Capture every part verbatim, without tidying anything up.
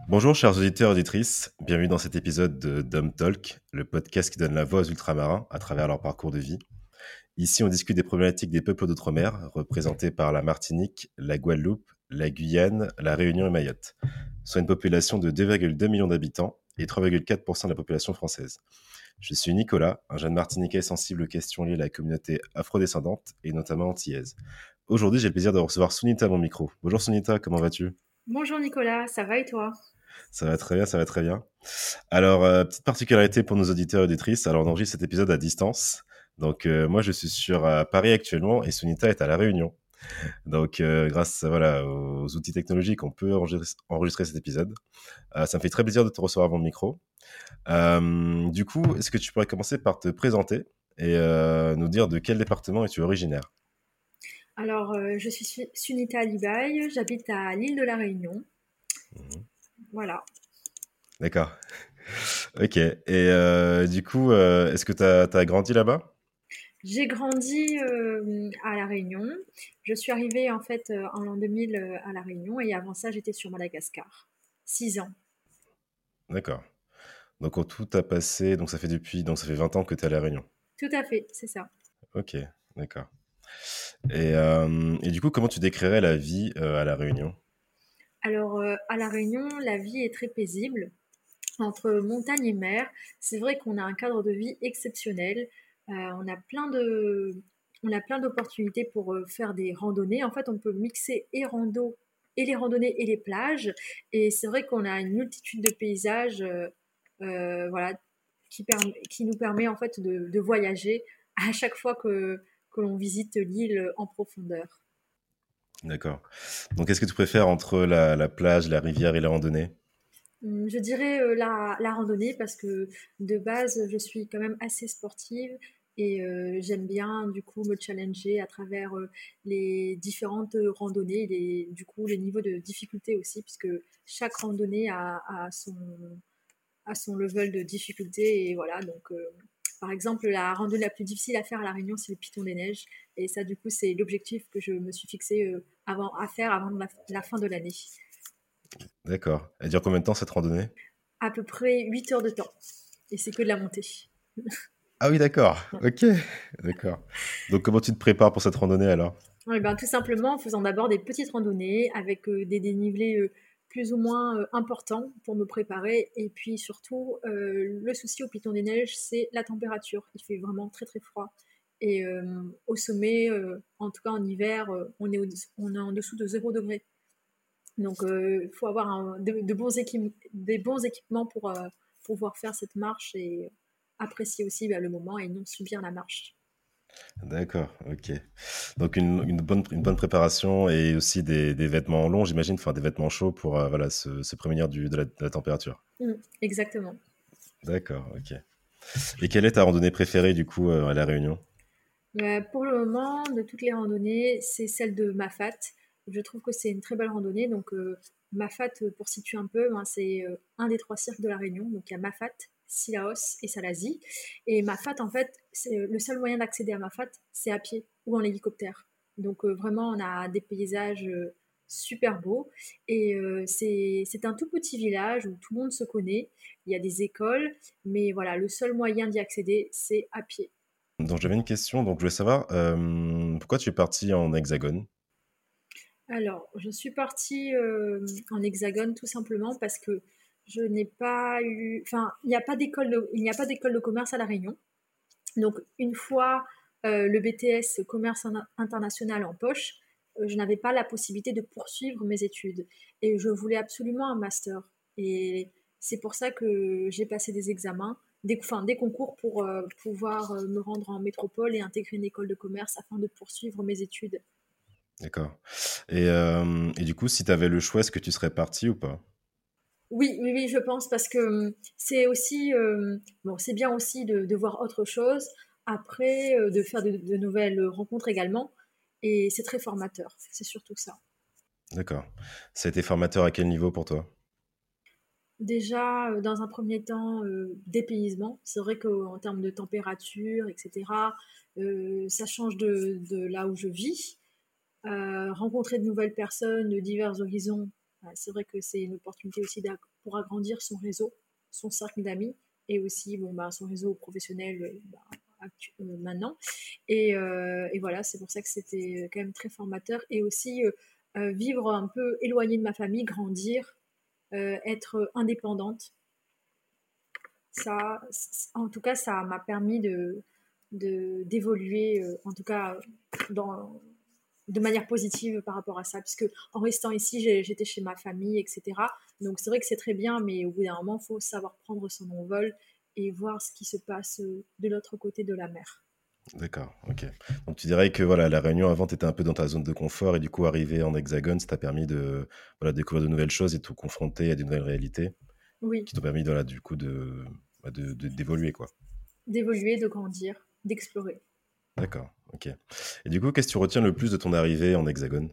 Bonjour chers auditeurs et auditrices, bienvenue dans cet épisode de Dom Talk, le podcast qui donne la voix aux ultramarins à travers leur parcours de vie. Ici, on discute des problématiques des peuples d'outre-mer, représentés par la Martinique, la Guadeloupe, la Guyane, la Réunion et Mayotte, soit une population de deux virgule deux millions d'habitants et trois virgule quatre pour cent de la population française. Je suis Nicolas, un jeune Martiniquais sensible aux questions liées à la communauté afrodescendante et notamment antillaise. Aujourd'hui, j'ai le plaisir de recevoir Sunita à mon micro. Bonjour Sunita, comment vas-tu ? Bonjour Nicolas, ça va et toi? Ça va très bien, ça va très bien. Alors, euh, petite particularité pour nos auditeurs et auditrices, alors on enregistre cet épisode à distance. Donc, euh, moi, je suis sur euh, Paris actuellement et Sunita est à La Réunion. Donc, euh, grâce voilà, aux outils technologiques, on peut enregistrer, enregistrer cet épisode. Euh, ça me fait très plaisir de te recevoir avant le micro. Euh, du coup, est-ce que tu pourrais commencer par te présenter et euh, nous dire de quel département es-tu originaire ? Alors, euh, je suis Su- Sunita Alibaye, j'habite à l'île de la Réunion. Mhm. Voilà. D'accord. Ok. Et euh, du coup, euh, est-ce que tu as grandi là-bas ? J'ai grandi euh, à la Réunion. Je suis arrivée en fait euh, en l'an deux mille euh, à la Réunion et avant ça, j'étais sur Madagascar. Six ans. D'accord. Donc, en tout, t'as passé, donc ça fait depuis, donc ça fait vingt ans que tu es à La Réunion. Tout à fait, c'est ça. Ok, d'accord. Et, euh, et du coup, comment tu décrirais la vie euh, à La Réunion ? Alors, euh, à la Réunion, la vie est très paisible. Entre montagne et mer, c'est vrai qu'on a un cadre de vie exceptionnel. Euh, on a plein de, on a plein d'opportunités pour euh, faire des randonnées. En fait, on peut mixer et rando, et les randonnées et les plages. Et c'est vrai qu'on a une multitude de paysages, euh, euh, voilà, qui, perm- qui nous permet en fait de, de voyager à chaque fois que, que l'on visite l'île en profondeur. D'accord. Donc, est-ce que tu préfères entre la, la plage, la rivière et la randonnée ? Hum, Je dirais euh, la, la randonnée parce que de base, je suis quand même assez sportive et euh, j'aime bien du coup me challenger à travers euh, les différentes randonnées, les, du coup les niveaux de difficulté aussi, puisque chaque randonnée a, a son, a son level de difficulté et voilà. Donc, euh, par exemple, la randonnée la plus difficile à faire à La Réunion, c'est le Piton des Neiges et ça, du coup, c'est l'objectif que je me suis fixé euh, avant, à faire avant la, la fin de l'année. D'accord. Elle dure combien de temps cette randonnée ? À peu près huit heures de temps et c'est que de la montée. Ah oui, d'accord. Ok, d'accord. Donc, comment tu te prépares pour cette randonnée alors ? Eh ben, tout simplement en faisant d'abord des petites randonnées avec euh, des dénivelés euh, plus ou moins euh, importants pour me préparer. Et puis surtout, euh, le souci au Piton des Neiges, c'est la température. Il fait vraiment très très froid. Et euh, au sommet, euh, en tout cas en hiver, euh, on, est au- on est en dessous de zéro degré. Donc il faut avoir un- de, de bons équip- des bons équipements pour euh, pouvoir faire cette marche et apprécier aussi bah, le moment et non subir la marche. D'accord, ok. Donc, une, une bonne, une bonne préparation et aussi des, des vêtements longs, j'imagine, enfin des vêtements chauds pour euh, voilà, se, se prémunir du, de, la, de la température. Mm, exactement. D'accord, ok. Et quelle est ta randonnée préférée du coup euh, à La Réunion ? Euh, pour le moment, de toutes les randonnées, c'est celle de Mafat. Je trouve que c'est une très belle randonnée. Donc, euh, Mafat, euh, pour situer un peu, hein, c'est euh, un des trois cirques de la Réunion. Donc, il y a Mafat, Sillaos et Salazie. Et Mafat, en fait, c'est euh, le seul moyen d'accéder à Mafat, c'est à pied ou en hélicoptère. Donc, euh, vraiment, on a des paysages euh, super beaux. Et euh, c'est c'est un tout petit village où tout le monde se connaît. Il y a des écoles, mais voilà, le seul moyen d'y accéder, c'est à pied. Donc j'avais une question, donc je voulais savoir euh, pourquoi tu es parti en Hexagone? Alors, je suis partie euh, en Hexagone tout simplement parce que je n'ai pas eu, enfin, il n'y a pas d'école de, il n'y a pas d'école de commerce à La Réunion. Donc, une fois euh, le B T S commerce in- international en poche, euh, je n'avais pas la possibilité de poursuivre mes études et je voulais absolument un master. Et c'est pour ça que j'ai passé des examens, des, enfin, des concours pour euh, pouvoir euh, me rendre en métropole et intégrer une école de commerce afin de poursuivre mes études. D'accord. Et, euh, et du coup, si tu avais le choix, est-ce que tu serais parti ou pas? Oui, oui, oui, je pense parce que hum, c'est aussi, euh, bon, c'est bien aussi de, de voir autre chose, après euh, de faire de, de nouvelles rencontres également, et c'est très formateur, c'est surtout ça. D'accord. Ça a été formateur à quel niveau pour toi? Déjà, euh, dans un premier temps, euh, dépaysement, c'est vrai qu'en termes de température, et cetera, euh, ça change de, de là où je vis. Euh, rencontrer de nouvelles personnes de divers horizons, euh, c'est vrai que c'est une opportunité aussi pour agrandir son réseau, son cercle d'amis, et aussi bon, bah, son réseau professionnel euh, bah, actu- euh, maintenant. Et, euh, et voilà, c'est pour ça que c'était quand même très formateur. Et aussi euh, euh, vivre un peu éloignée de ma famille, grandir, euh, être indépendante. Ça, c- en tout cas, ça m'a permis de, de- d'évoluer, euh, en tout cas, dans, de manière positive par rapport à ça. Puisque en restant ici, j'ai- j'étais chez ma famille, et cetera. Donc c'est vrai que c'est très bien, mais au bout d'un moment, il faut savoir prendre son envol et voir ce qui se passe euh, de l'autre côté de la mer. D'accord, ok. Donc tu dirais que voilà, la Réunion avant, tu étais un peu dans ta zone de confort et du coup, arriver en Hexagone, ça t'a permis de voilà, découvrir de nouvelles choses et de te confronter à de nouvelles réalités Oui, qui t'ont permis voilà, du coup de, bah, de, de- d'évoluer, quoi. d'évoluer, de grandir, d'explorer. D'accord, ok. Et du coup, qu'est-ce que tu retiens le plus de ton arrivée en Hexagone?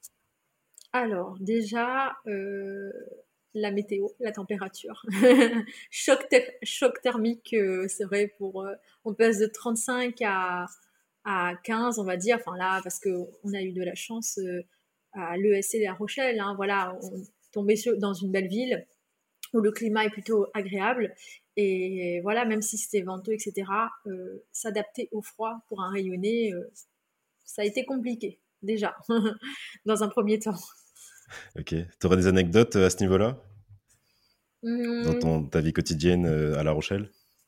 Alors, déjà, euh, la météo, la température. choc, ter- choc thermique, euh, c'est vrai, pour, euh, on passe de trente-cinq à, à quinze, on va dire. Enfin là, parce qu'on a eu de la chance euh, à l'E S C de La Rochelle. Hein, voilà, on tombait sur- dans une belle ville où le climat est plutôt agréable. Et voilà, même si c'était venteux, et cetera, euh, s'adapter au froid pour un rayonné, euh, ça a été compliqué, déjà, dans un premier temps. Ok. Tu aurais des anecdotes euh, à ce niveau-là, dans Hum, ton, ta vie quotidienne euh, à La Rochelle?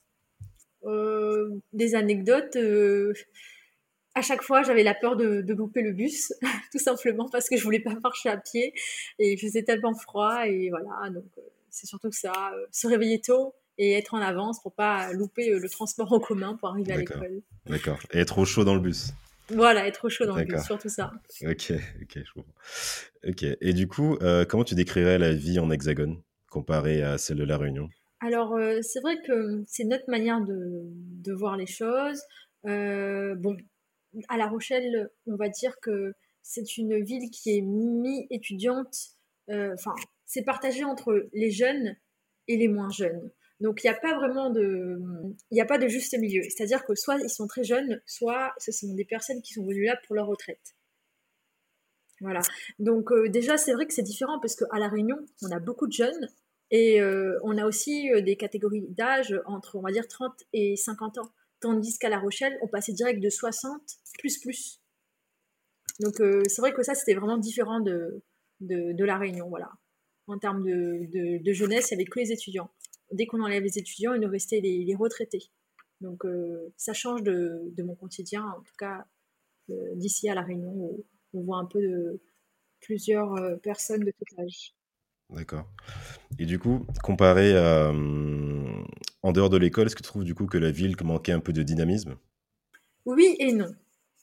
euh, des anecdotes. euh, à chaque fois, j'avais la peur de, de louper le bus, tout simplement parce que je voulais pas marcher à pied et il faisait tellement froid. Et voilà, donc euh, c'est surtout que ça, euh, se réveiller tôt et être en avance pour pas louper euh, le transport en commun pour arriver à D'accord, l'école. d'accord. Et être au chaud dans le bus? Voilà, être au chaud dans le bus, D'accord. surtout ça. Ok, ok, je comprends. Ok. Et du coup, euh, comment tu décrirais la vie en Hexagone comparée à celle de La Réunion? Alors, euh, c'est vrai que c'est notre manière de, de voir les choses. Euh, bon, à La Rochelle, on va dire que c'est une ville qui est mi-étudiante. euh, Enfin, c'est partagé entre les jeunes et les moins jeunes. Donc, il n'y a pas vraiment de, il n'y a pas de juste milieu. C'est-à-dire que soit ils sont très jeunes, soit ce sont des personnes qui sont venues là pour leur retraite. Voilà. Donc euh, déjà, c'est vrai que c'est différent parce qu'à La Réunion, on a beaucoup de jeunes et euh, on a aussi euh, des catégories d'âge entre, on va dire, trente et cinquante ans. Tandis qu'à La Rochelle, on passait direct de soixante plus plus. Donc euh, c'est vrai que ça, c'était vraiment différent de, de, de La Réunion, voilà. En termes de, de, de jeunesse, il n'y avait que les étudiants. Dès qu'on enlève les étudiants, il nous restait les, les retraités. Donc euh, ça change de, de mon quotidien, en tout cas euh, d'ici à La Réunion, où on voit un peu de, plusieurs euh, personnes de tout âge. D'accord. Et du coup, comparé à, hum, en dehors de l'école, est-ce que tu trouves du coup que la ville manquait un peu de dynamisme? Oui et non.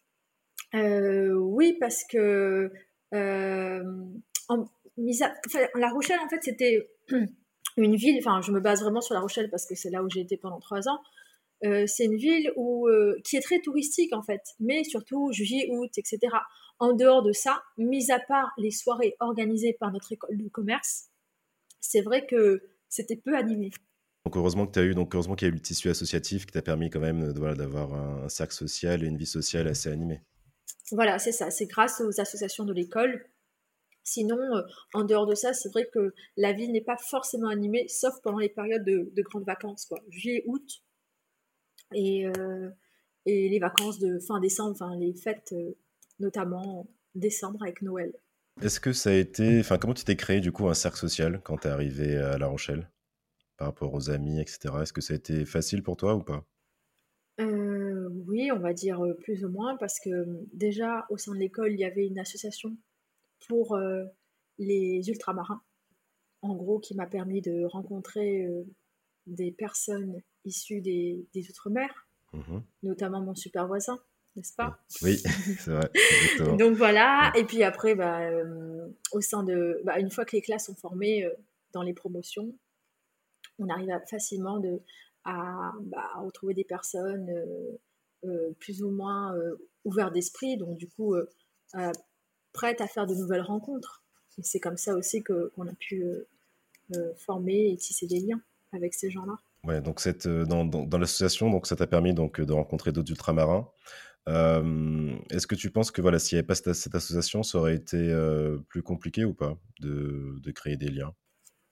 Euh, oui, parce que euh, en, mis à- enfin, La Rochelle, en fait, c'était une ville, enfin, je me base vraiment sur La Rochelle parce que c'est là où j'ai été pendant trois ans. Euh, c'est une ville où, euh, qui est très touristique, en fait, mais surtout juillet, août, et cetera. En dehors de ça, mis à part les soirées organisées par notre école de commerce, c'est vrai que c'était peu animé. Donc heureusement que tu as eu, donc heureusement qu'il y a eu le tissu associatif qui t'a permis quand même de, voilà, d'avoir un, un cercle social et une vie sociale assez animée. Voilà, c'est ça. C'est grâce aux associations de l'école. Sinon, euh, en dehors de ça, c'est vrai que la ville n'est pas forcément animée, sauf pendant les périodes de, de grandes vacances, quoi. Juillet, août et, euh, et les vacances de fin décembre, enfin les fêtes, euh, notamment décembre avec Noël. Est-ce que ça a été, enfin, comment tu t'es créé du coup un cercle social quand t'es arrivé à La Rochelle par rapport aux amis, et cetera. Est-ce que ça a été facile pour toi ou pas? Euh, oui, on va dire euh, plus ou moins, parce que euh, déjà au sein de l'école, il y avait une association pour euh, les ultramarins, en gros, qui m'a permis de rencontrer euh, des personnes issues des, des Outre-mer, Mhm. notamment mon super voisin, n'est-ce Oui, pas? oui, c'est vrai, exactement. Donc voilà, Ouais. et puis après, bah, euh, au sein de, bah, une fois que les classes sont formées euh, dans les promotions, on arrive à- facilement de, à, bah, à retrouver des personnes euh, euh, plus ou moins euh, ouvertes d'esprit, donc du coup euh, euh, prêtes à faire de nouvelles rencontres. Et c'est comme ça aussi que, qu'on a pu euh, euh, former et tisser des liens avec ces gens-là. Ouais, donc cette, euh, dans, dans, dans l'association, donc ça t'a permis donc de rencontrer d'autres ultramarins. Euh, est-ce que tu penses que voilà, s'il n'y avait pas cette, cette association, ça aurait été euh, plus compliqué ou pas de, de créer des liens?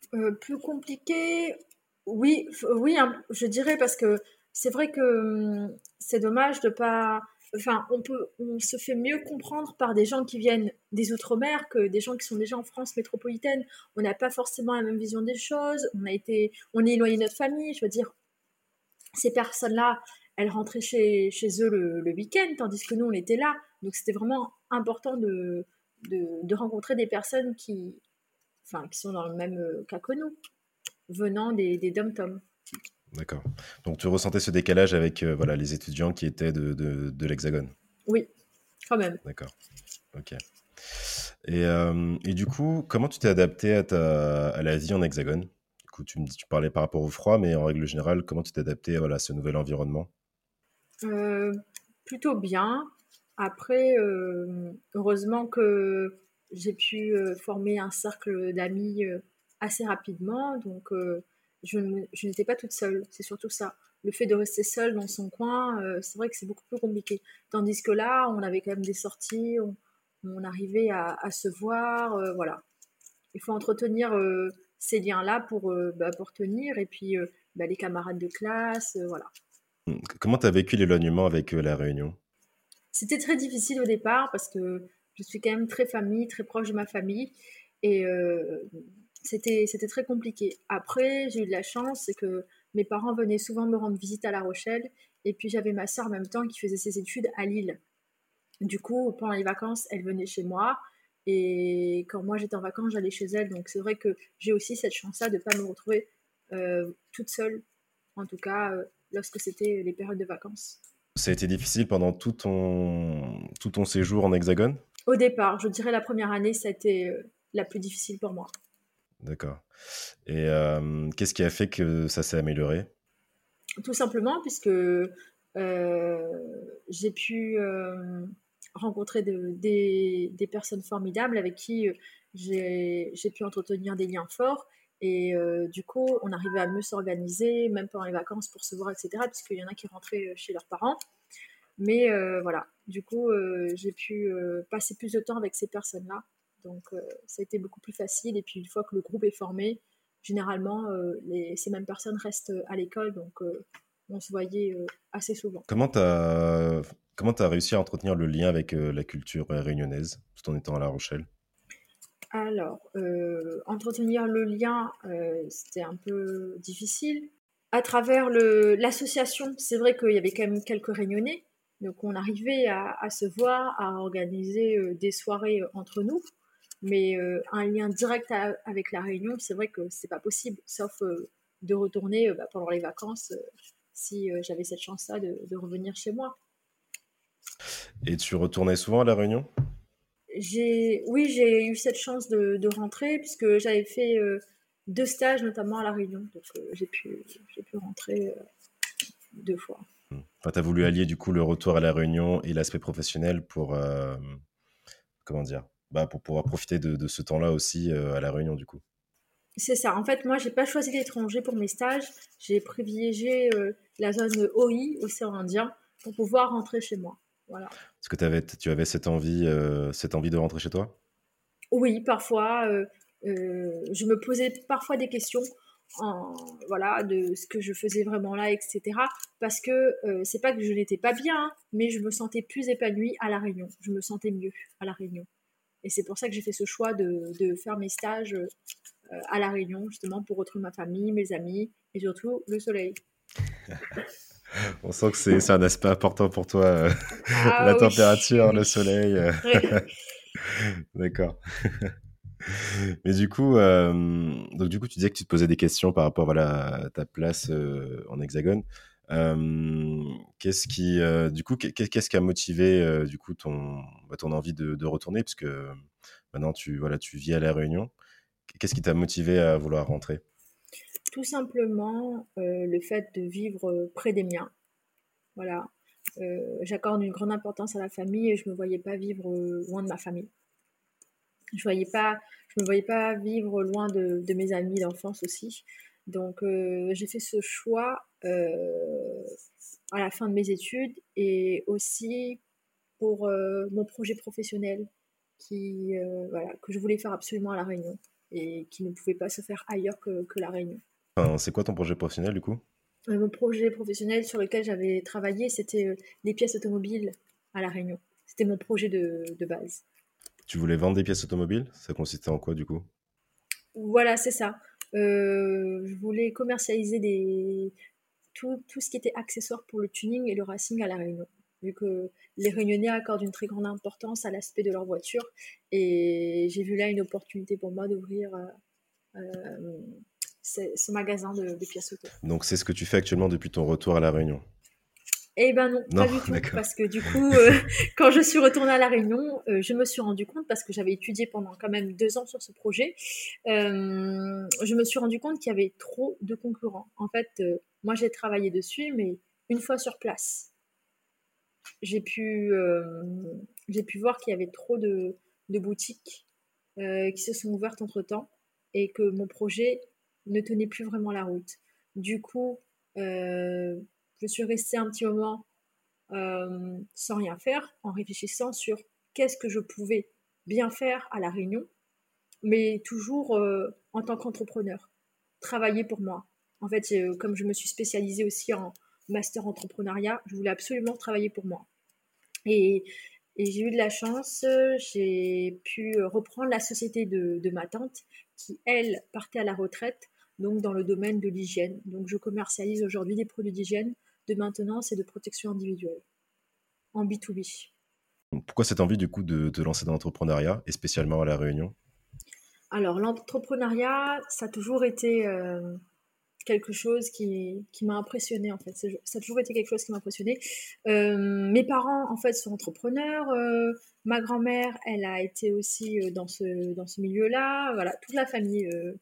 Heu, plus compliqué, oui, f oui, hein, je dirais parce que c'est vrai que, mmh, c'est dommage de pas enfin, on peut on se fait mieux comprendre par des gens qui viennent des outre-mer que des gens qui sont déjà en France métropolitaine. On n'a pas forcément la même vision des choses, on a été on est éloigné de notre famille, je veux dire, ces personnes-là, elles rentraient chez chez eux le le week-end, tandis que nous, on était là. Donc c'était vraiment important de de de rencontrer des personnes qui enfin, qui sont dans le même, heu, cas que nous. Venant des, des dom-toms. D'accord. Donc tu ressentais ce décalage avec euh, voilà, les étudiants qui étaient de, de, de l'Hexagone. Oui, quand même. D'accord. Ok. Et, euh, et du coup, comment tu t'es adapté à, ta, à la vie en Hexagone? Du coup, tu me dis, tu parlais par rapport au froid, mais en règle générale, comment tu t'es adapté voilà, à ce nouvel environnement? Euh, Plutôt bien. Après, euh, heureusement que j'ai pu euh, former un cercle d'amis euh, assez rapidement. Donc, euh, je, ne- je n'étais pas toute seule. C'est surtout ça. Le fait de rester seule dans son coin, euh, c'est vrai que c'est beaucoup plus compliqué. Tandis que là, on avait quand même des sorties, on, on arrivait à, à se voir. Euh, voilà. Il faut entretenir euh, ces liens-là pour, euh, bah, pour tenir. Et puis, euh, bah, les camarades de classe, euh, voilà. Hmm. Comment tu as vécu l'éloignement avec euh, la Réunion? C'était très difficile au départ parce que je suis quand même très famille, très proche de ma famille. Et euh, c'était, c'était très compliqué. Après, j'ai eu de la chance, c'est que mes parents venaient souvent me rendre visite à La Rochelle. Et puis j'avais ma soeur en même temps qui faisait ses études à Lille. Du coup, pendant les vacances, elle venait chez moi. Et quand moi j'étais en vacances, j'allais chez elle. Donc c'est vrai que j'ai aussi cette chance-là de ne pas me retrouver euh, toute seule, en tout cas euh, lorsque c'était les périodes de vacances. Ça a été difficile pendant tout ton, tout ton séjour en Hexagone? Au départ, je dirais la première année, ça a été euh, la plus difficile pour moi. D'accord. Et euh, qu'est-ce qui a fait que ça s'est amélioré? Tout simplement puisque euh, j'ai pu euh, rencontrer de- des, des personnes formidables avec qui euh, j'ai j'ai pu entretenir des liens forts. Et euh, du coup, on arrivait à mieux s'organiser, même pendant les vacances pour se voir, et cetera. Puisqu'il y en a qui rentraient chez leurs parents. Mais euh, voilà, du coup, euh, j'ai pu euh, passer plus de temps avec ces personnes-là. Donc, euh, ça a été beaucoup plus facile. Et puis, une fois que le groupe est formé, généralement, euh, les, ces mêmes personnes restent à l'école. Donc, euh, on se voyait euh, assez souvent. Comment tu as, comment t'as réussi à entretenir le lien avec euh, la culture euh, réunionnaise tout en étant à La Rochelle? Alors, euh, entretenir le lien, euh, c'était un peu difficile. À travers le- l'association, c'est vrai qu'il y avait quand même quelques réunionnais. Donc, on arrivait à, à se voir, à organiser euh, des soirées euh, entre nous. Mais euh, un lien direct à- avec la Réunion, c'est vrai que c'est pas possible, sauf euh, de retourner euh, bah, pendant les vacances, euh, si euh, j'avais cette chance-là de, de revenir chez moi. Et tu retournais souvent à La Réunion? J'ai, oui, j'ai eu cette chance de, de rentrer puisque j'avais fait euh, deux stages, notamment à la Réunion, donc euh, j'ai pu, j'ai pu rentrer euh, deux fois. Hmm. Enfin, tu as voulu allier du coup le retour à La Réunion et l'aspect professionnel pour, euh, comment dire, bah, pour pouvoir profiter de, de ce temps-là aussi euh, à La Réunion du coup. C'est ça. En fait, moi, j'ai pas choisi l'étranger pour mes stages. J'ai privilégié euh, la zone O I, océan Indien, pour pouvoir rentrer chez moi. Voilà. Est-ce que t'avais, tu avais cette envie, euh, cette envie de rentrer chez toi? Oui, parfois, euh, euh, je me posais parfois des questions en, voilà, de ce que je faisais vraiment là, et cetera. Parce que euh, c'est pas que je n'étais pas bien, hein, mais je me sentais plus épanouie à La Réunion. Je me sentais mieux à La Réunion. Et c'est pour ça que j'ai fait ce choix de, de faire mes stages euh, à La Réunion, justement, pour retrouver ma famille, mes amis et surtout le soleil. On sent que c'est c'est un aspect important pour toi, euh, la Ah oui, oui, température, le oui. soleil. euh. Ouais. D'accord. Mais du coup, euh, donc du coup, tu disais que tu te posais des questions par rapport voilà, à ta place euh, en Hexagone. Euh, qu'est-ce qui, euh, du coup, qu'est- qu'est-ce qui a motivé euh, du coup ton, bah, ton envie de, de retourner, puisque maintenant tu, voilà, tu vis à La Réunion. Qu'est-ce qui t'a motivé à vouloir rentrer? Tout simplement euh, le fait de vivre euh, près des miens. Voilà. Euh, j'accorde une grande importance à la famille et je ne me voyais pas vivre euh, loin de ma famille. Je voyais pas, je me voyais pas vivre loin de, de mes amis d'enfance aussi. Donc euh, j'ai fait ce choix euh, à la fin de mes études et aussi pour euh, mon projet professionnel qui, euh, voilà, que je voulais faire absolument à La Réunion. et qui ne pouvait pas se faire ailleurs que, que La Réunion. Enfin, c'est quoi ton projet professionnel du coup? Euh, mon projet professionnel sur lequel j'avais travaillé, c'était euh, les pièces automobiles à La Réunion. C'était mon projet de, de base. Tu voulais vendre des pièces automobiles? Ça consistait en quoi du coup? Voilà, c'est ça. Euh, je voulais commercialiser des, tout, tout ce qui était accessoire pour le tuning et le racing à La Réunion, vu que les Réunionnais accordent une très grande importance à l'aspect de leur voiture. Et j'ai vu là une opportunité pour moi d'ouvrir euh, euh, ce, ce magasin de, de pièces auto. Donc c'est ce que tu fais actuellement depuis ton retour à La Réunion? Eh ben non, Non, pas du tout, d'accord. parce que du coup, euh, quand je suis retournée à La Réunion, euh, je me suis rendu compte, parce que j'avais étudié pendant quand même deux ans sur ce projet, euh, je me suis rendu compte qu'il y avait trop de concurrents. En fait, euh, moi j'ai travaillé dessus, mais une fois sur place, j'ai pu, euh, j'ai pu voir qu'il y avait trop de, de boutiques euh, qui se sont ouvertes entre-temps et que mon projet ne tenait plus vraiment la route. Du coup, euh, je suis restée un petit moment euh, sans rien faire, en réfléchissant sur qu'est-ce que je pouvais bien faire à La Réunion, mais toujours euh, en tant qu'entrepreneur, travailler pour moi. En fait, euh, comme je me suis spécialisée aussi en master entrepreneuriat, je voulais absolument travailler pour moi. Et, et j'ai eu de la chance, j'ai pu reprendre la société de, de ma tante qui, elle, partait à la retraite, donc dans le domaine de l'hygiène. Donc je commercialise aujourd'hui des produits d'hygiène, de maintenance et de protection individuelle en B deux B. Pourquoi cette envie du coup de te lancer dans l'entrepreneuriat et spécialement à La Réunion? Alors l'entrepreneuriat, ça a toujours été euh, quelque chose qui, qui m'a impressionnée en fait. C'est- Ça a toujours été quelque chose qui m'a impressionnée. Euh, mes parents en fait sont entrepreneurs. Euh, ma grand-mère, elle a été aussi euh, dans ce, dans ce milieu-là. Voilà, toute la famille euh,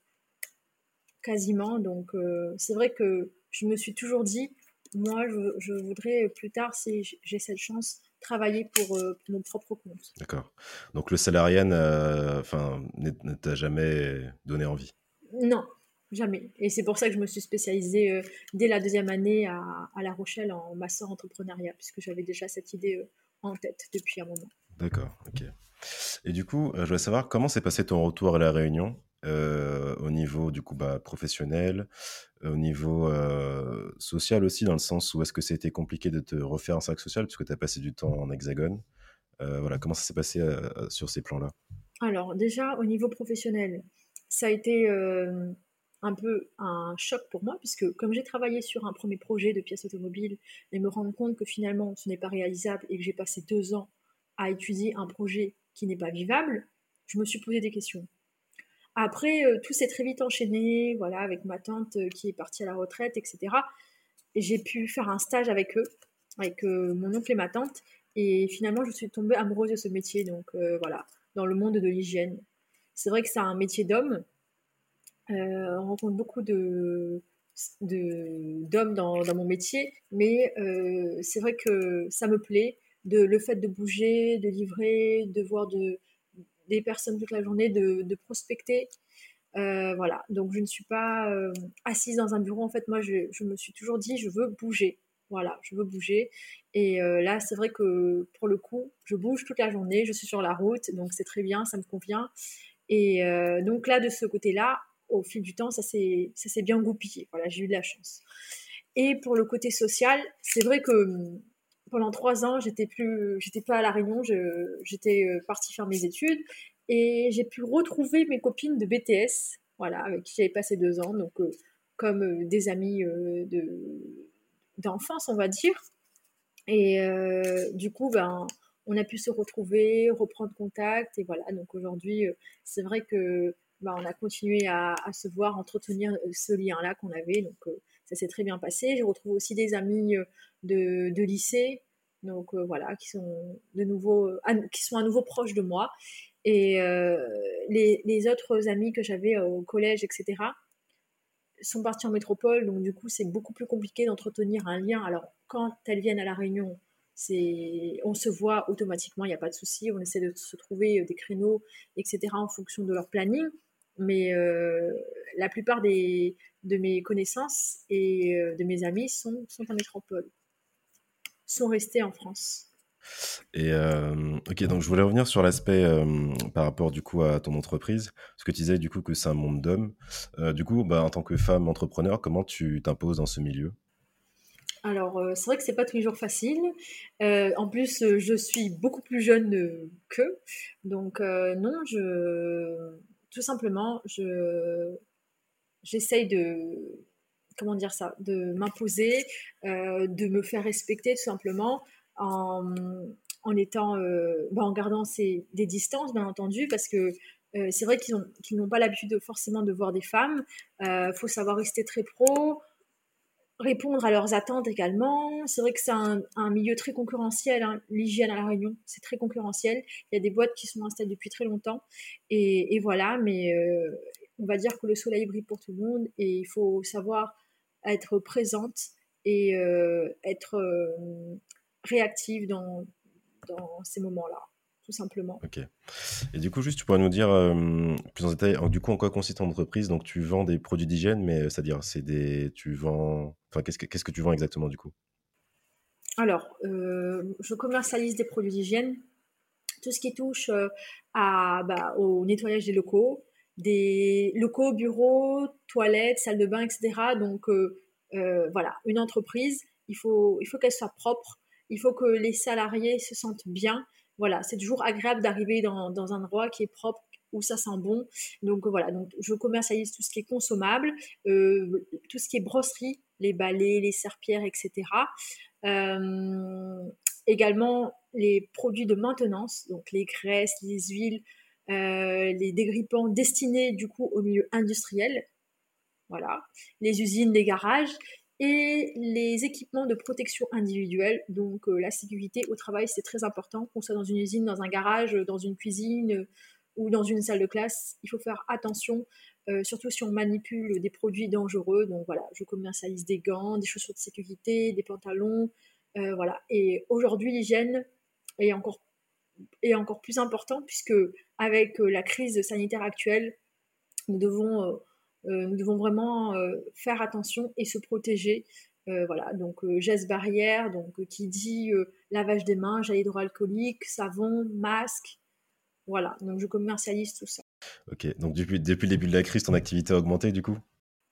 quasiment. Donc euh, c'est vrai que je me suis toujours dit, moi je, je voudrais plus tard, si j'ai cette chance, travailler pour, euh, pour mon propre compte. D'accord. Donc le salariat n'a- enfin, n'est- ne t'a jamais donné envie. Non, jamais. Et c'est pour ça que je me suis spécialisée euh, dès la deuxième année à, à La Rochelle en master entrepreneuriat, puisque j'avais déjà cette idée euh, en tête depuis un moment. D'accord, ok. Et du coup, euh, je voulais savoir comment s'est passé ton retour à La Réunion euh, au niveau du coup bah, professionnel, euh, au niveau euh, social aussi, dans le sens où est-ce que c'était compliqué de te refaire un cercle social puisque tu as passé du temps en hexagone. Euh, voilà, comment ça s'est passé euh, sur ces plans-là? Alors déjà, au niveau professionnel, ça a été euh, un peu un choc pour moi, puisque comme j'ai travaillé sur un premier projet de pièces automobiles et me rendre compte que finalement ce n'est pas réalisable et que j'ai passé deux ans à étudier un projet qui n'est pas vivable, je me suis posé des questions. Après, euh, tout s'est très vite enchaîné, voilà, avec ma tante euh, qui est partie à la retraite, et cetera. Et j'ai pu faire un stage avec eux, avec euh, mon oncle et ma tante. Et finalement, je suis tombée amoureuse de ce métier, donc euh, voilà, dans le monde de l'hygiène. C'est vrai que c'est un métier d'homme. Euh, on rencontre beaucoup de de- d'hommes dans, dans mon métier, mais euh, c'est vrai que ça me plaît, de, le fait de bouger, de livrer, de voir de, des personnes toute la journée, de, de prospecter. Euh, voilà, donc je ne suis pas euh, assise dans un bureau. En fait, moi, je, je me suis toujours dit, je veux bouger. Voilà, je veux bouger. Et euh, là, c'est vrai que pour le coup, je bouge toute la journée, je suis sur la route, donc c'est très bien, ça me convient. Et euh, donc là, de ce côté-là, au fil du temps, ça s'est ça s'est bien goupillé. Voilà, j'ai eu de la chance. Et pour le côté social, c'est vrai que hum, pendant trois ans, j'étais plus, j'étais pas à La Réunion, je- j'étais euh, partie faire mes études et j'ai pu retrouver mes copines de B T S, voilà, avec qui j'avais passé deux ans, donc euh, comme euh, des amis euh, de d'enfance, on va dire. Et euh, du coup, ben, on a pu se retrouver, reprendre contact. Et voilà, donc aujourd'hui, euh, c'est vrai que ben, on a continué à, à se voir, entretenir euh, ce lien-là qu'on avait. Donc euh, ça s'est très bien passé. J'ai retrouvé aussi des amis euh, de, de lycée, donc euh, voilà, qui sont de nouveau, à, qui sont à nouveau proches de moi. Et euh, les, les autres amis que j'avais euh, au collège, et cetera, sont partis en métropole, donc du coup c'est beaucoup plus compliqué d'entretenir un lien. Alors quand elles viennent à La Réunion, c'est, on se voit automatiquement, il n'y a pas de souci, on essaie de se trouver des créneaux, et cetera en fonction de leur planning. Mais euh, la plupart des, de mes connaissances et euh, de mes amis sont, sont en métropole, sont restés en France. Et euh, ok, donc je voulais revenir sur l'aspect euh, par rapport du coup à ton entreprise, parce que tu disais du coup que c'est un monde d'hommes. Euh, du coup, bah, en tant que femme entrepreneur, comment tu t'imposes dans ce milieu? Alors, euh, c'est vrai que c'est pas tous les jours facile. Euh, en plus, euh, je suis beaucoup plus jeune euh, qu'eux. Donc, euh, non, je... Tout simplement, je... j'essaye de... Comment dire ça? De m'imposer, euh, de me faire respecter tout simplement en, en étant... euh, bah, en gardant ces... des distances, bien entendu, parce que euh, c'est vrai qu'ils ont... qu'ils n'ont pas l'habitude de, forcément de voir des femmes. Il faut savoir rester très pro, répondre à leurs attentes également. C'est vrai que c'est un, un milieu très concurrentiel, hein, l'hygiène à La Réunion, c'est très concurrentiel. Il y a des boîtes qui sont installées depuis très longtemps. Et, et voilà, mais euh, on va dire que le soleil brille pour tout le monde et il faut savoir être présente et euh, être euh, réactive dans, dans ces moments-là, tout simplement. Ok. Et du coup, juste, tu pourrais nous dire euh, plus en détail, en- du coup, en quoi consiste ton entreprise? Donc, tu vends des produits d'hygiène, mais euh, c'est-à-dire, c'est des, tu vends, enfin, qu'est-ce que, qu'est-ce que tu vends exactement du coup? Alors, euh, je commercialise des produits d'hygiène, tout ce qui touche euh, à, bah, au nettoyage des locaux, des locaux, bureaux, toilettes, salles de bain, et cetera. Donc euh, euh, voilà, une entreprise, il faut, il faut qu'elle soit propre, il faut que les salariés se sentent bien. Voilà, c'est toujours agréable d'arriver dans, dans un endroit qui est propre, où ça sent bon. Donc voilà, donc je commercialise tout ce qui est consommable, euh, tout ce qui est brosserie, les balais, les serpillères, et cetera. Euh, Également les produits de maintenance, donc les graisses, les huiles, euh, les dégrippants destinés du coup au milieu industriel, voilà, les usines, les garages et les équipements de protection individuelle. Donc euh, la sécurité au travail, c'est très important, qu'on soit dans une usine, dans un garage, dans une cuisine euh, ou dans une salle de classe. Il faut faire attention, euh, surtout si on manipule des produits dangereux. Donc voilà, je commercialise des gants, des chaussures de sécurité, des pantalons. Euh, voilà. Et aujourd'hui, l'hygiène est encore, est encore plus important puisque avec euh, la crise sanitaire actuelle, nous devons, euh, euh, nous devons vraiment euh, faire attention et se protéger. Euh, voilà, donc euh, gestes barrières, donc euh, qui dit euh, lavage des mains, gel hydroalcoolique, savon, masque. Voilà, donc je commercialise tout ça. Ok. Donc, depuis, depuis le début de la crise, ton activité a augmenté du coup?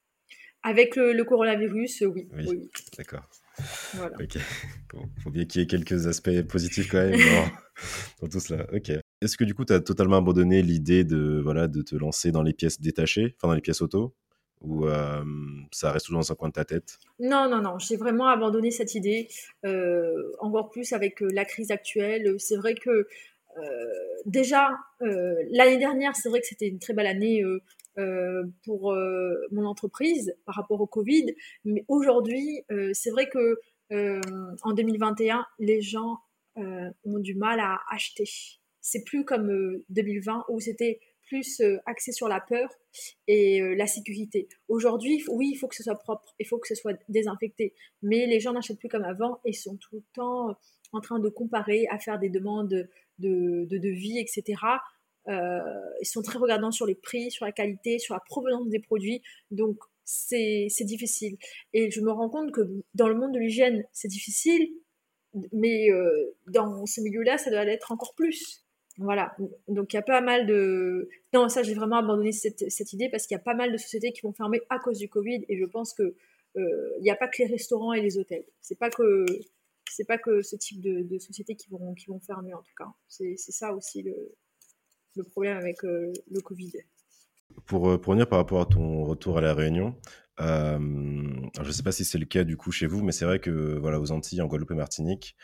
Avec le, le coronavirus, euh, oui, Oui. oui, oui, D'accord. voilà. Ok. Bon, faut bien qu'il y ait quelques aspects positifs quand même dans, dans tout cela. Ok. Est-ce que du coup, tu as totalement abandonné l'idée de, voilà, de te lancer dans les pièces détachées, enfin dans les pièces auto, ou euh, ça reste toujours dans un coin de ta tête? Non, non, non, j'ai vraiment abandonné cette idée, euh, encore plus avec euh, la crise actuelle. C'est vrai que euh, déjà, euh, l'année dernière, c'est vrai que c'était une très belle année euh, euh, pour euh, mon entreprise par rapport au Covid. Mais aujourd'hui, euh, c'est vrai que euh, en deux mille vingt et un, les gens euh, ont du mal à acheter. C'est plus comme euh, deux mille vingt où c'était plus euh, axé sur la peur et euh, la sécurité. Aujourd'hui, oui, il faut que ce soit propre, il faut que ce soit désinfecté, mais les gens n'achètent plus comme avant et sont tout le temps en train de comparer, à faire des demandes de, de devis, et cetera. Euh, ils sont très regardants sur les prix, sur la qualité, sur la provenance des produits, donc c'est c'est difficile. Et je me rends compte que dans le monde de l'hygiène, c'est difficile, mais euh, dans ce milieu-là, ça doit l'être encore plus. Voilà, donc il y a pas mal de... Non, ça j'ai vraiment abandonné cette, cette idée parce qu'il y a pas mal de sociétés qui vont fermer à cause du Covid et je pense que euh, il n'y a pas que les restaurants et les hôtels. C'est pas que c'est pas que ce type de, de sociétés qui vont, qui vont fermer en tout cas. C'est c'est ça aussi le, le problème avec euh, le Covid. Pour, euh, pour revenir par rapport à ton retour à La Réunion, euh, alors je ne sais pas si c'est le cas du coup chez vous, mais c'est vrai que voilà, aux Antilles, en Guadeloupe et Martinique,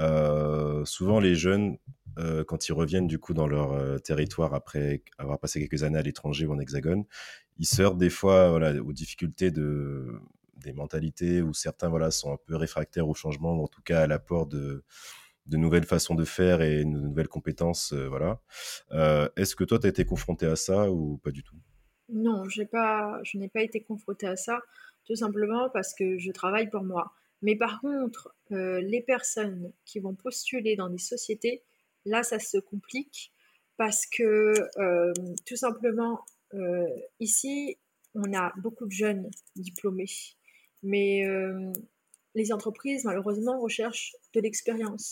euh, souvent les jeunes, euh, quand ils reviennent du coup dans leur euh, territoire après avoir passé quelques années à l'étranger ou en hexagone, ils se heurtent des fois voilà, aux difficultés de, des mentalités où certains voilà, sont un peu réfractaires au changement ou en tout cas à l'apport de, de nouvelles façons de faire et de nouvelles compétences. Euh, voilà. Euh, est-ce que toi, tu as été confronté à ça ou pas du tout? Non, j'ai pas, je n'ai pas été confrontée à ça, tout simplement parce que je travaille pour moi. Mais par contre, euh, les personnes qui vont postuler dans des sociétés, là, ça se complique parce que euh, tout simplement, euh, ici, on a beaucoup de jeunes diplômés, mais euh, les entreprises, malheureusement, recherchent de l'expérience.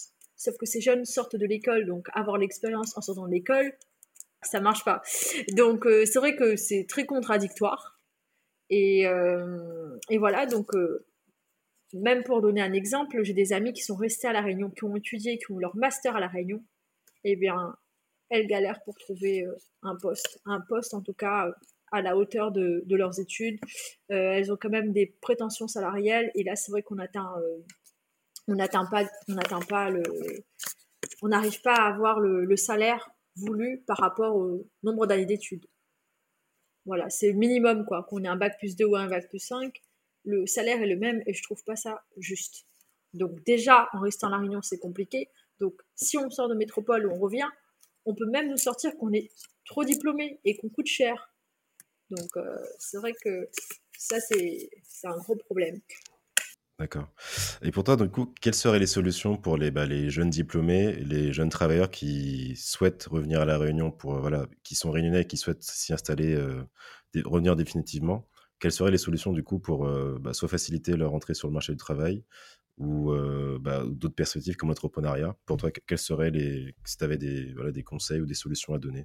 sauf que ces jeunes sortent de l'école, donc avoir l'expérience en sortant de l'école, ça marche pas. Donc euh, c'est vrai que c'est très contradictoire. Et, euh, et voilà, donc euh, même pour donner un exemple, j'ai des amis qui sont restés à La Réunion, qui ont étudié, qui ont leur master à La Réunion. Eh bien, elles galèrent pour trouver euh, un poste, un poste en tout cas euh, à la hauteur de, de leurs études. Euh, elles ont quand même des prétentions salariales et là, c'est vrai qu'on atteint, euh, on n'atteint pas, on n'atteint pas le, on n'arrive pas à avoir le, le salaire voulu par rapport au nombre d'années d'études. Voilà, c'est le minimum quoi, qu'on ait un bac plus deux ou un bac plus cinq, le salaire est le même et je trouve pas ça juste. Donc déjà, en restant à La Réunion, c'est compliqué. Donc si on sort de métropole ou on revient, on peut même nous sortir qu'on est trop diplômé et qu'on coûte cher. Donc euh, c'est vrai que ça, c'est, c'est un gros problème. D'accord. Et pour toi, du coup, quelles seraient les solutions pour les, bah, les jeunes diplômés, les jeunes travailleurs qui souhaitent revenir à La Réunion, pour, euh, voilà, qui sont réunionnais et qui souhaitent s'y installer, euh, dé- revenir définitivement? Quelles seraient les solutions, du coup, pour euh, bah, soit faciliter leur entrée sur le marché du travail ou euh, bah, d'autres perspectives comme l'entrepreneuriat? Pour toi, que- quels seraient les, si tu avais des, voilà, des conseils ou des solutions à donner?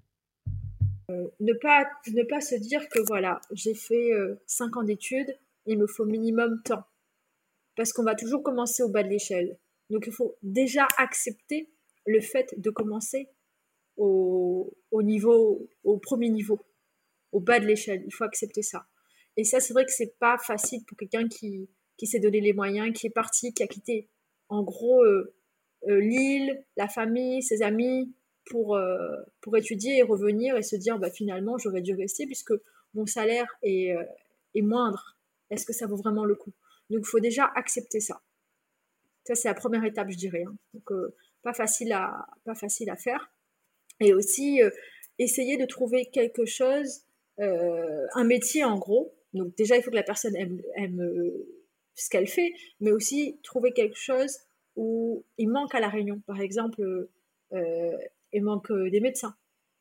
Ne pas, ne pas se dire que voilà, j'ai fait euh, cinq ans d'études, il me faut minimum temps. Parce qu'on va toujours commencer au bas de l'échelle. Donc il faut déjà accepter le fait de commencer au, au niveau, au premier niveau, au bas de l'échelle. Il faut accepter ça. Et ça, c'est vrai que c'est pas facile pour quelqu'un qui, qui s'est donné les moyens, qui est parti, qui a quitté, en gros, euh, euh, l'île, la famille, ses amis, pour, euh, pour étudier et revenir et se dire, bah, finalement, j'aurais dû rester puisque mon salaire est, euh, est moindre. Est-ce que ça vaut vraiment le coup? Donc, il faut déjà accepter ça. Ça, c'est la première étape, je dirais. Hein. Donc, euh, pas, facile à, pas facile à faire. Et aussi, euh, essayer de trouver quelque chose, euh, un métier en gros. Donc, déjà, il faut que la personne aime, aime euh, ce qu'elle fait, mais aussi trouver quelque chose où il manque à La Réunion. Par exemple, euh, il manque euh, des médecins,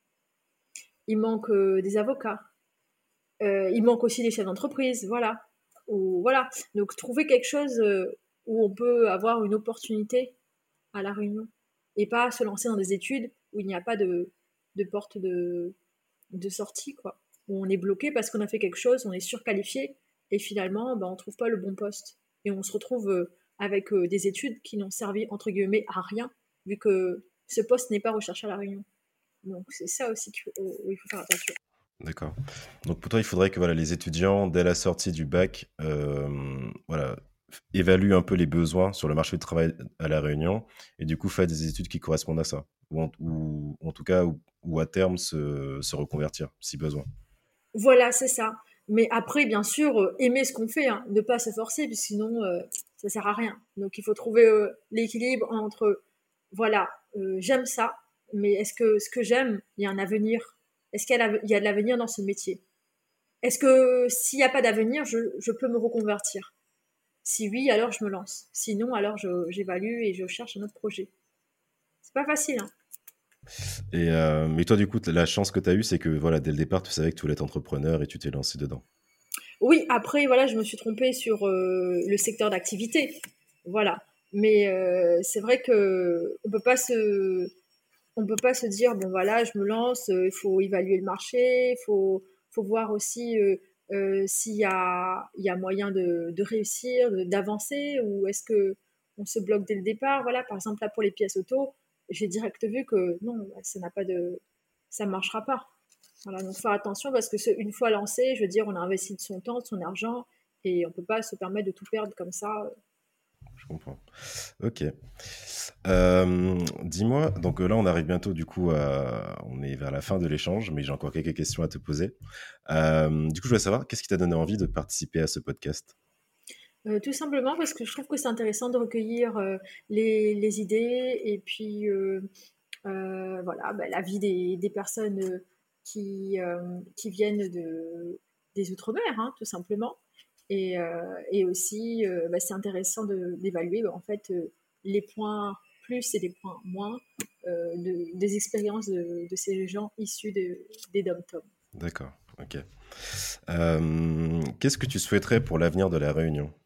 il manque euh, des avocats, euh, il manque aussi des chefs d'entreprise, voilà. Ou, voilà. Donc, trouver quelque chose euh, où on peut avoir une opportunité à La Réunion et pas se lancer dans des études où il n'y a pas de, de porte de, de sortie, quoi. Où on est bloqué parce qu'on a fait quelque chose, on est surqualifié et finalement, ben, on trouve pas le bon poste. Et on se retrouve euh, avec euh, des études qui n'ont servi, entre guillemets, à rien, vu que ce poste n'est pas recherché à La Réunion. Donc c'est ça aussi qu'il faut, où il faut faire attention. D'accord. Donc pour toi, il faudrait que voilà, les étudiants, dès la sortie du bac, euh, voilà, f- évaluent un peu les besoins sur le marché du travail à La Réunion et du coup fassent des études qui correspondent à ça. Ou en, ou, en tout cas, ou, ou à terme se, se reconvertir si besoin. Voilà, c'est ça. Mais après, bien sûr, euh, aimer ce qu'on fait, hein, ne pas se forcer, parce que sinon, euh, ça sert à rien. Donc, il faut trouver euh, l'équilibre entre, voilà, euh, j'aime ça, mais est-ce que ce que j'aime, il y a un avenir? Est-ce qu'il y a, la- il y a de l'avenir dans ce métier? Est-ce que s'il n'y a pas d'avenir, je, je peux me reconvertir? Si oui, alors je me lance. Sinon, alors je- j'évalue et je cherche un autre projet. C'est pas facile, hein. Et, euh, mais toi, du coup, t- la chance que tu as eue, c'est que voilà, dès le départ, tu savais que tu voulais être entrepreneur et tu t'es lancé dedans. Oui, après, voilà, je me suis trompée sur euh, le secteur d'activité. Voilà. Mais euh, c'est vrai que on peut pas se, on peut pas se dire, bon voilà, je me lance, euh, il faut évaluer le marché, il faut, faut voir aussi euh, euh, s'il y a, il y a moyen de, de réussir, de- d'avancer, ou est-ce que on se bloque dès le départ. Voilà, par exemple, là, pour les pièces auto, j'ai direct vu que non, ça n'a pas de, ça marchera pas. Voilà, donc faire attention parce que ce- une fois lancé, je veux dire, on a investi de son temps, de son argent, et on peut pas se permettre de tout perdre comme ça. Je comprends. Ok. Euh, dis-moi, donc euh, là, on arrive bientôt, du coup, à... on est vers la fin de l'échange, mais j'ai encore quelques questions à te poser. Euh, du coup, je voulais savoir, qu'est-ce qui t'a donné envie de participer à ce podcast? Euh, tout simplement parce que je trouve que c'est intéressant de recueillir euh, les, les idées et puis euh, euh, voilà, bah, la vie des, des personnes euh, qui, euh, qui viennent de, des Outre-mer, hein, tout simplement. Et, euh, et aussi, euh, bah, c'est intéressant de- d'évaluer bah, en fait euh, les points plus et les points moins euh, de- des expériences de, de ces gens issus de, des dom-tom. D'accord, ok. Euh, qu'est-ce que tu souhaiterais pour l'avenir de la Réunion?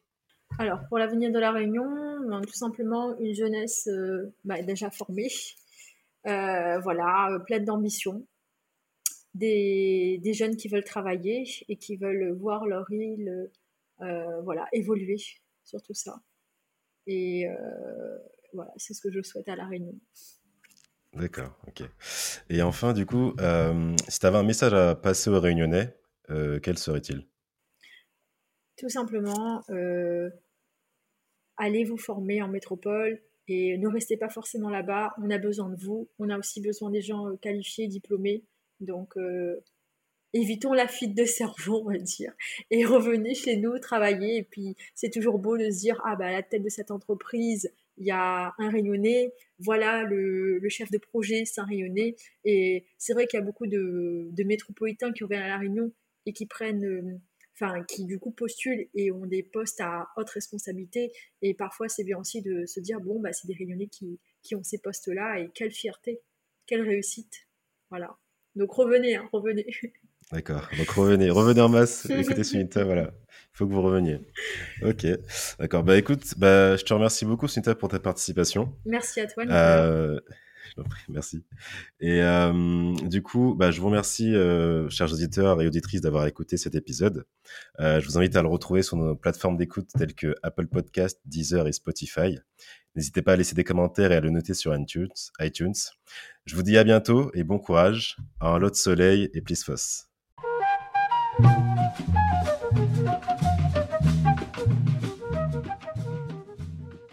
Alors, pour l'avenir de La Réunion, ben, tout simplement une jeunesse euh, bah, déjà formée, euh, voilà, euh, pleine d'ambition, des, des jeunes qui veulent travailler et qui veulent voir leur île euh, voilà, évoluer sur tout ça. Et euh, voilà, c'est ce que je souhaite à La Réunion. D'accord, ok. Et enfin, du coup, euh, si tu avais un message à passer aux Réunionnais, euh, quel serait-il? Tout simplement, euh, allez vous former en métropole et ne restez pas forcément là-bas. On a besoin de vous. On a aussi besoin des gens euh, qualifiés, diplômés. Donc, euh, évitons la fuite de cerveau, on va dire, et revenez chez nous travailler. Et puis, c'est toujours beau de se dire, ah bah à la tête de cette entreprise, il y a un Réunionnais, voilà le, le chef de projet, c'est un Réunionnais. Et c'est vrai qu'il y a beaucoup de, de métropolitains qui reviennent à La Réunion et qui prennent, euh, enfin, qui du coup postulent et ont des postes à haute responsabilité. Et parfois, c'est bien aussi de se dire, bon, bah c'est des Réunionnais qui, qui ont ces postes-là et quelle fierté, quelle réussite. Voilà. Donc revenez, hein, revenez. D'accord, donc revenez, revenez en masse, écoutez Sunita, voilà, il faut que vous reveniez. Ok, d'accord, bah écoute, bah, je te remercie beaucoup Sunita pour ta participation. Merci à toi, Nicolas. Euh, je t'en prie, merci. Et euh, du coup, bah, je vous remercie, euh, chers auditeurs et auditrices, d'avoir écouté cet épisode. Euh, je vous invite à le retrouver sur nos plateformes d'écoute telles que Apple Podcast, Deezer et Spotify. N'hésitez pas à laisser des commentaires et à le noter sur iTunes. iTunes. Je vous dis à bientôt et bon courage. Un lot de soleil et plus fos.